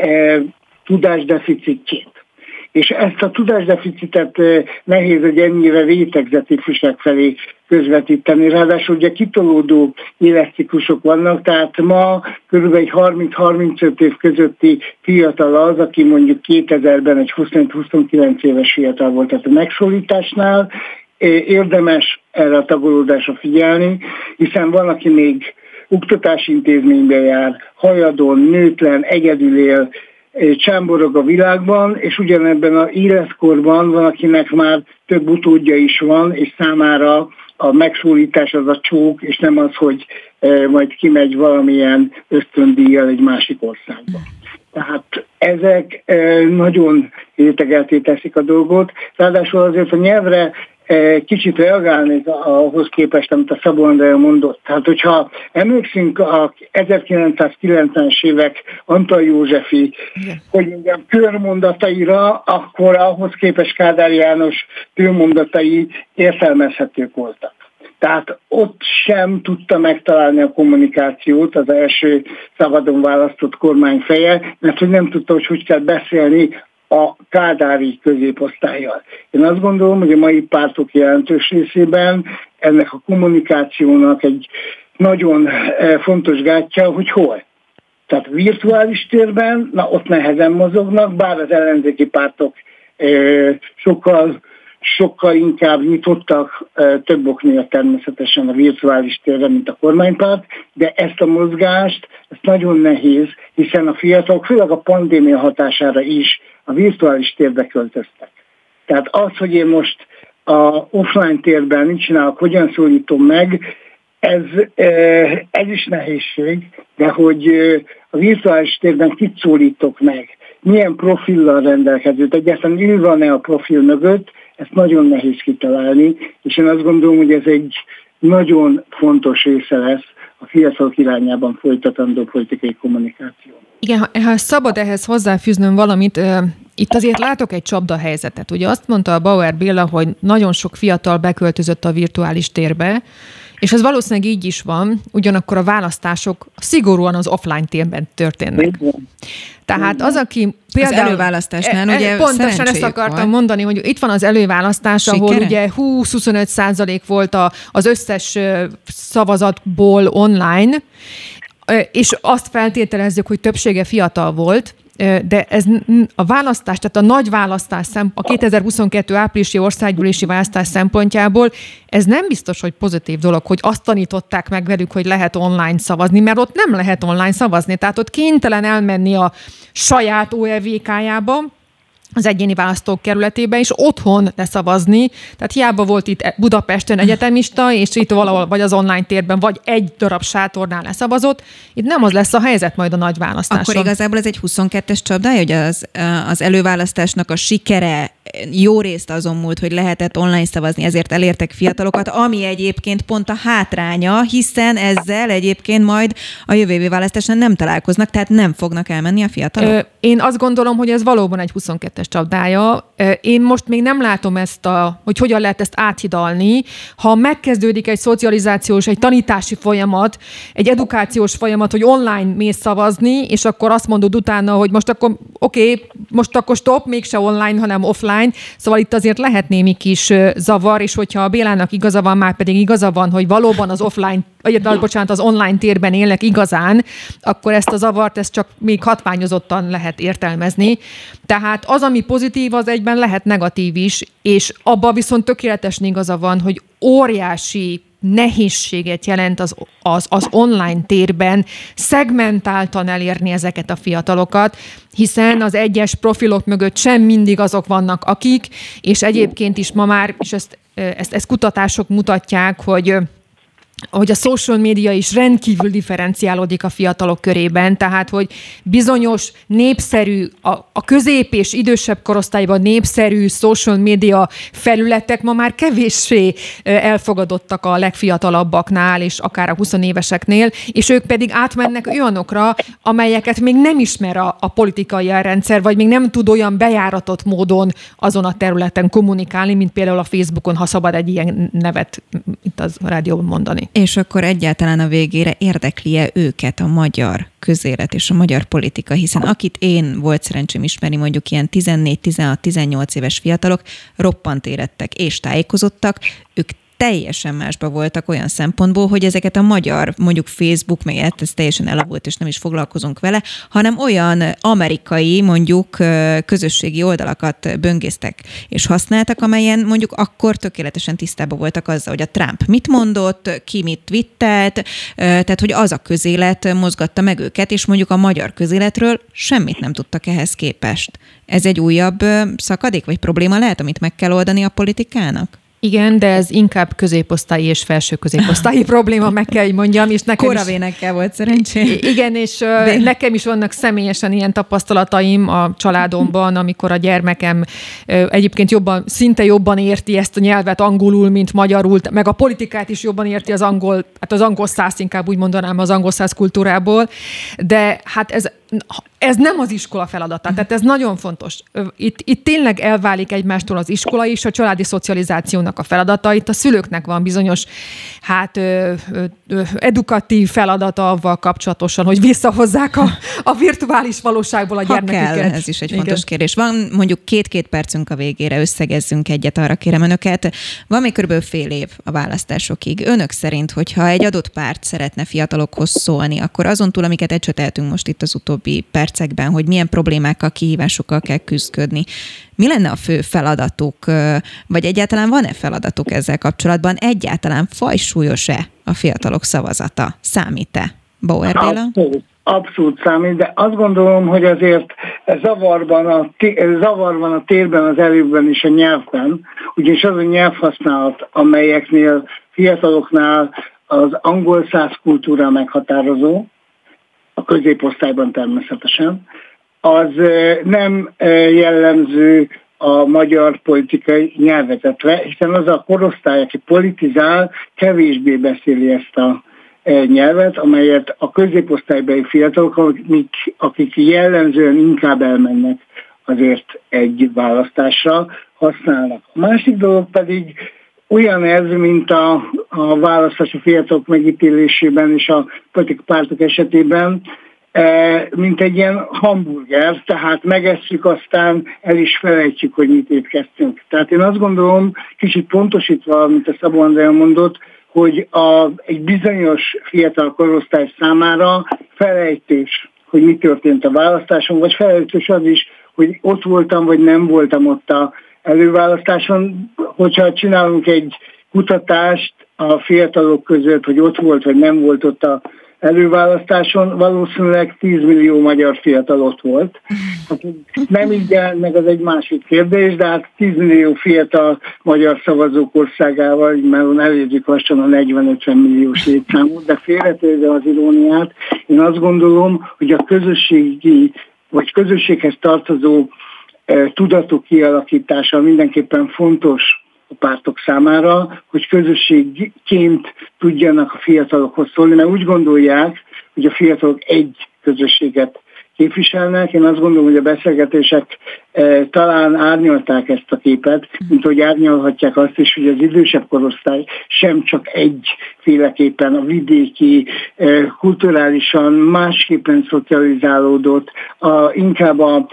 tudásdeficitjét. És ezt a tudásdeficitet nehéz egy ennyire rétegzett ifjúság felé közvetíteni. Ráadásul ugye kitolódó életciklusok vannak, tehát ma körülbelül egy 30-35 év közötti fiatal az, aki mondjuk 2000-ben egy 25-29 éves fiatal volt. Tehát a megszólításnál érdemes erre a tagolódásra figyelni, hiszen van, aki még oktatási intézménybe jár, hajadon, nőtlen, egyedül él, csámborog a világban, és ugyanebben az életkorban van, akinek már több utódja is van, és számára a megszólítás az a csók, és nem az, hogy majd kimegy valamilyen ösztöndíjjal egy másik országba. Tehát ezek nagyon rétegelté teszik a dolgot. Ráadásul azért a nyelvre kicsit reagálnék ahhoz képest, amit a Szabó Andrea mondott. Tehát, hogyha emlékszünk a 1990-es évek Antal Józsefi, hogy mondjam, körmondataira, akkor ahhoz képest Kádár János körmondatai értelmezhetők voltak. Tehát ott sem tudta megtalálni a kommunikációt az első szabadon választott kormányfeje, mert hogy nem tudta, hogy kell beszélni a kádári középosztállyal. Én azt gondolom, hogy a mai pártok jelentős részében ennek a kommunikációnak egy nagyon fontos gátja, hogy hol. Tehát virtuális térben, ott nehezen mozognak, bár az ellenzéki pártok sokkal inkább nyitottak, több oknél természetesen a virtuális térre, mint a kormánypárt, de ezt a mozgást, ezt nagyon nehéz, hiszen a fiatalok, főleg a pandémia hatására is a virtuális térbe költöztek. Tehát az, hogy én most a offline térben mit csinálok, hogyan szólítom meg, ez is nehézség, de hogy a virtuális térben kit szólítok meg, milyen profillal rendelkező, egyáltalán ő van-e a profil mögött, ezt nagyon nehéz kitalálni, és én azt gondolom, hogy ez egy nagyon fontos része lesz a fiatalok irányában folytatandó politikai kommunikáció. Igen, ha szabad ehhez hozzáfűznöm valamit, itt azért látok egy csapdahelyzetet. Ugye azt mondta a Bauer Béla, hogy nagyon sok fiatal beköltözött a virtuális térbe, és ez valószínűleg így is van, ugyanakkor a választások szigorúan az offline térben történnek. Tehát az, aki például... Az előválasztásnál ugye pontosan ezt akartam mondani, hogy itt van az előválasztás, ahol ugye 20-25% volt az összes szavazatból online, és azt feltételezzük, hogy többsége fiatal volt, de ez a választás, tehát a nagy választás, a 2022 áprilisi országgyűlési választás szempontjából ez nem biztos, hogy pozitív dolog, hogy azt tanították meg velük, hogy lehet online szavazni, mert ott nem lehet online szavazni, tehát ott kénytelen elmenni a saját OEVK-jába, az egyéni választókerületébe, és otthon leszavazni. Tehát hiába volt itt Budapesten egyetemista, és itt valahol vagy az online térben, vagy egy darab sátornál leszavazott. Itt nem az lesz a helyzet majd a nagy választáson. Akkor igazából ez egy 22-es csapdája, hogy az előválasztásnak a sikere jó részt azon múlt, hogy lehetett online szavazni, ezért elértek fiatalokat, ami egyébként pont a hátránya, hiszen ezzel egyébként majd a jövő évi választáson nem találkoznak, tehát nem fognak elmenni a fiatalok. Én azt gondolom, hogy ez valóban egy 22-es csapdája. Én most még nem látom hogy hogyan lehet ezt áthidalni. Ha megkezdődik egy szocializációs, egy tanítási folyamat, egy edukációs folyamat, hogy online mész szavazni, és akkor azt mondod utána, hogy most akkor most akkor stop, mégse online, hanem offline. Szóval itt azért lehet némi kis zavar, és hogyha a Bélának igaza van, már pedig igaza van, hogy valóban az az online térben élnek igazán, akkor ezt a zavart ezt csak még hatványozottan lehet értelmezni. Tehát az, ami pozitív, az egyben lehet negatív is, és abban viszont tökéletesen igaza van, hogy óriási nehézséget jelent az online térben szegmentáltan elérni ezeket a fiatalokat, hiszen az egyes profilok mögött sem mindig azok vannak, akik, és egyébként is ma már, és ezt kutatások mutatják, hogy a social média is rendkívül differenciálódik a fiatalok körében, tehát hogy bizonyos népszerű, a közép és idősebb korosztályban népszerű social média felületek ma már kevéssé elfogadottak a legfiatalabbaknál, és akár a 20 éveseknél, és ők pedig átmennek olyanokra, amelyeket még nem ismer a politikai rendszer, vagy még nem tud olyan bejáratott módon azon a területen kommunikálni, mint például a Facebookon, ha szabad egy ilyen nevet itt az rádióban mondani. És akkor egyáltalán a végére érdekli-e őket a magyar közélet és a magyar politika, hiszen akit én volt szerencsém ismerni, mondjuk ilyen 14-16-18 éves fiatalok roppant érettek és tájékozottak, ők teljesen másba voltak olyan szempontból, hogy ezeket a magyar, mondjuk Facebook, meg ez teljesen elavult, és nem is foglalkozunk vele, hanem olyan amerikai, mondjuk közösségi oldalakat böngésztek és használtak, amelyen mondjuk akkor tökéletesen tisztában voltak azzal, hogy a Trump mit mondott, ki mit twittelt, tehát hogy az a közélet mozgatta meg őket, és mondjuk a magyar közéletről semmit nem tudtak ehhez képest. Ez egy újabb szakadék, vagy probléma lehet, amit meg kell oldani a politikának? Igen, de ez inkább középosztályi és felső középosztályi probléma, meg kell, hogy mondjam. És nekem Koravénekkel volt szerencsém. Igen, és nekem is vannak személyesen ilyen tapasztalataim a családomban, amikor a gyermekem egyébként szinte jobban érti ezt a nyelvet angolul, mint magyarul, meg a politikát is jobban érti az angol száz, inkább úgy mondanám az angol száz kultúrából, de hát ez nem az iskola feladata, tehát ez nagyon fontos. Itt tényleg elválik egymástól az iskola és a családi szocializációnak a feladata. Itt a szülőknek van bizonyos edukatív feladata avval kapcsolatosan, hogy visszahozzák a virtuális valóságból a gyermeküket. Kell, ez is egy fontos kérdés. Van mondjuk 2 percünk a végére, összegezzünk egyet, arra kérem önöket. Van még kb. Fél év a választásokig. Önök szerint, hogyha egy adott párt szeretne fiatalokhoz szólni, akkor azon túl, amiket ecseteltünk most itt az utóbbi percekben, hogy milyen problémákkal, kihívásokkal kell küzdködni. Mi lenne a fő feladatuk, vagy egyáltalán van-e feladatuk ezzel kapcsolatban? Egyáltalán fajsúlyos-e a fiatalok szavazata? Számít-e? Bauer Béla? Abszolút számít, de azt gondolom, hogy azért zavar van a térben, az előbben és a nyelvben, ugyanis az a nyelvhasználat, amelyeknél fiataloknál az angol száz kultúra meghatározó, a középosztályban természetesen, az nem jellemző a magyar politikai nyelvezetre, hiszen az a korosztály, aki politizál, kevésbé beszéli ezt a nyelvet, amelyet a középosztálybeli fiatalok, akik jellemzően inkább elmennek azért egy választásra, használnak. A másik dolog pedig olyan ez, mint a választási fiatalok megítélésében és a politikai pártok esetében, mint egy ilyen hamburger, tehát megesszük, aztán el is felejtjük, hogy mit étkeztünk. Tehát én azt gondolom, kicsit pontosítva, amit a Szabó Andrea mondott, hogy egy bizonyos fiatal korosztály számára felejtős, hogy mi történt a választáson, vagy felejtős az is, hogy ott voltam, vagy nem voltam ott a előválasztáson. Hogyha csinálunk egy kutatást a fiatalok között, hogy ott volt, vagy nem volt ott a előválasztáson, valószínűleg 10 millió magyar fiatal ott volt. Nem igen, meg az egy másik kérdés, de hát 10 millió fiatal magyar szavazók országával, mert elérjük lassan a 40-50 milliós létszámot, de félretéve az iróniát, én azt gondolom, hogy a közösségi, vagy közösséghez tartozó tudatok kialakítása mindenképpen fontos a pártok számára, hogy közösségként tudjanak a fiatalokhoz szólni, mert úgy gondolják, hogy a fiatalok egy közösséget képviselnek. Én azt gondolom, hogy a beszélgetések talán árnyalták ezt a képet, mint hogy árnyalhatják azt is, hogy az idősebb korosztály sem csak egyféleképpen a vidéki, kulturálisan másképpen szocializálódott, inkább a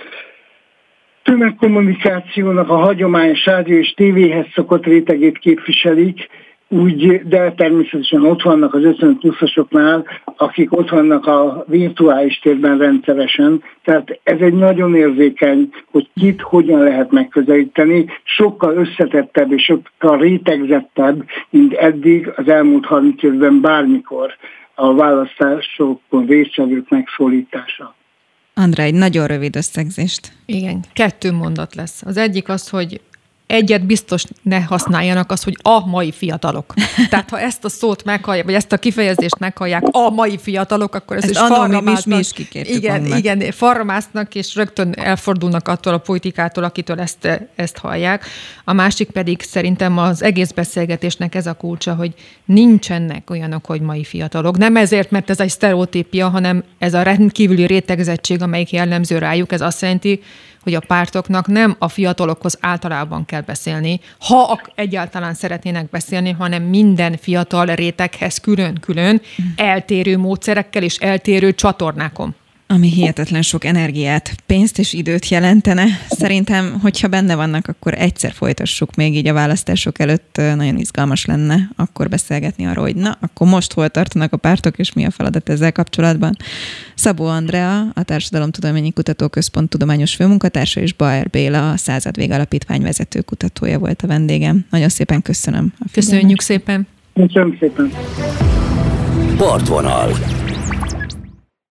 tömegkommunikációnak a hagyományos rádió és tévéhez szokott rétegét képviselik, de természetesen ott vannak az 50 pluszosoknál, akik ott vannak a virtuális térben rendszeresen. Tehát ez egy nagyon érzékeny, hogy kit hogyan lehet megközelíteni, sokkal összetettebb és sokkal rétegzettebb, mint eddig az elmúlt 30 évben bármikor a választásokon résztvevők megszólítása. Andrá, egy nagyon rövid összegzést. Igen, 2 mondat lesz. Az egyik az, hogy egyet biztos ne használjanak, az, hogy a mai fiatalok. Tehát ha ezt a szót meghallják, vagy ezt a kifejezést meghallják, a mai fiatalok, akkor ez is farramásznak. Igen, farramásznak, és rögtön elfordulnak attól a politikától, akitől ezt hallják. A másik pedig szerintem az egész beszélgetésnek ez a kulcsa, hogy nincsenek olyanok, hogy mai fiatalok. Nem ezért, mert ez egy sztereotípia, hanem ez a rendkívüli rétegzettség, amelyik jellemző rájuk, ez azt jelenti, hogy a pártoknak nem a fiatalokhoz általában kell beszélni, ha egyáltalán szeretnének beszélni, hanem minden fiatal réteghez külön-külön, eltérő módszerekkel és eltérő csatornákon. Ami hihetetlen sok energiát, pénzt és időt jelentene. Szerintem, hogyha benne vannak, akkor egyszer folytassuk még így a választások előtt. Nagyon izgalmas lenne akkor beszélgetni arról, hogy na, akkor most hol tartanak a pártok, és mi a feladat ezzel kapcsolatban. Szabó Andrea, a Társadalomtudományi Kutatóközpont tudományos főmunkatársa, és Bauer Béla, a Századvég Alapítvány vezető kutatója volt a vendégem. Nagyon szépen köszönöm. Köszönjük szépen. Köszönöm szépen. Partvonal.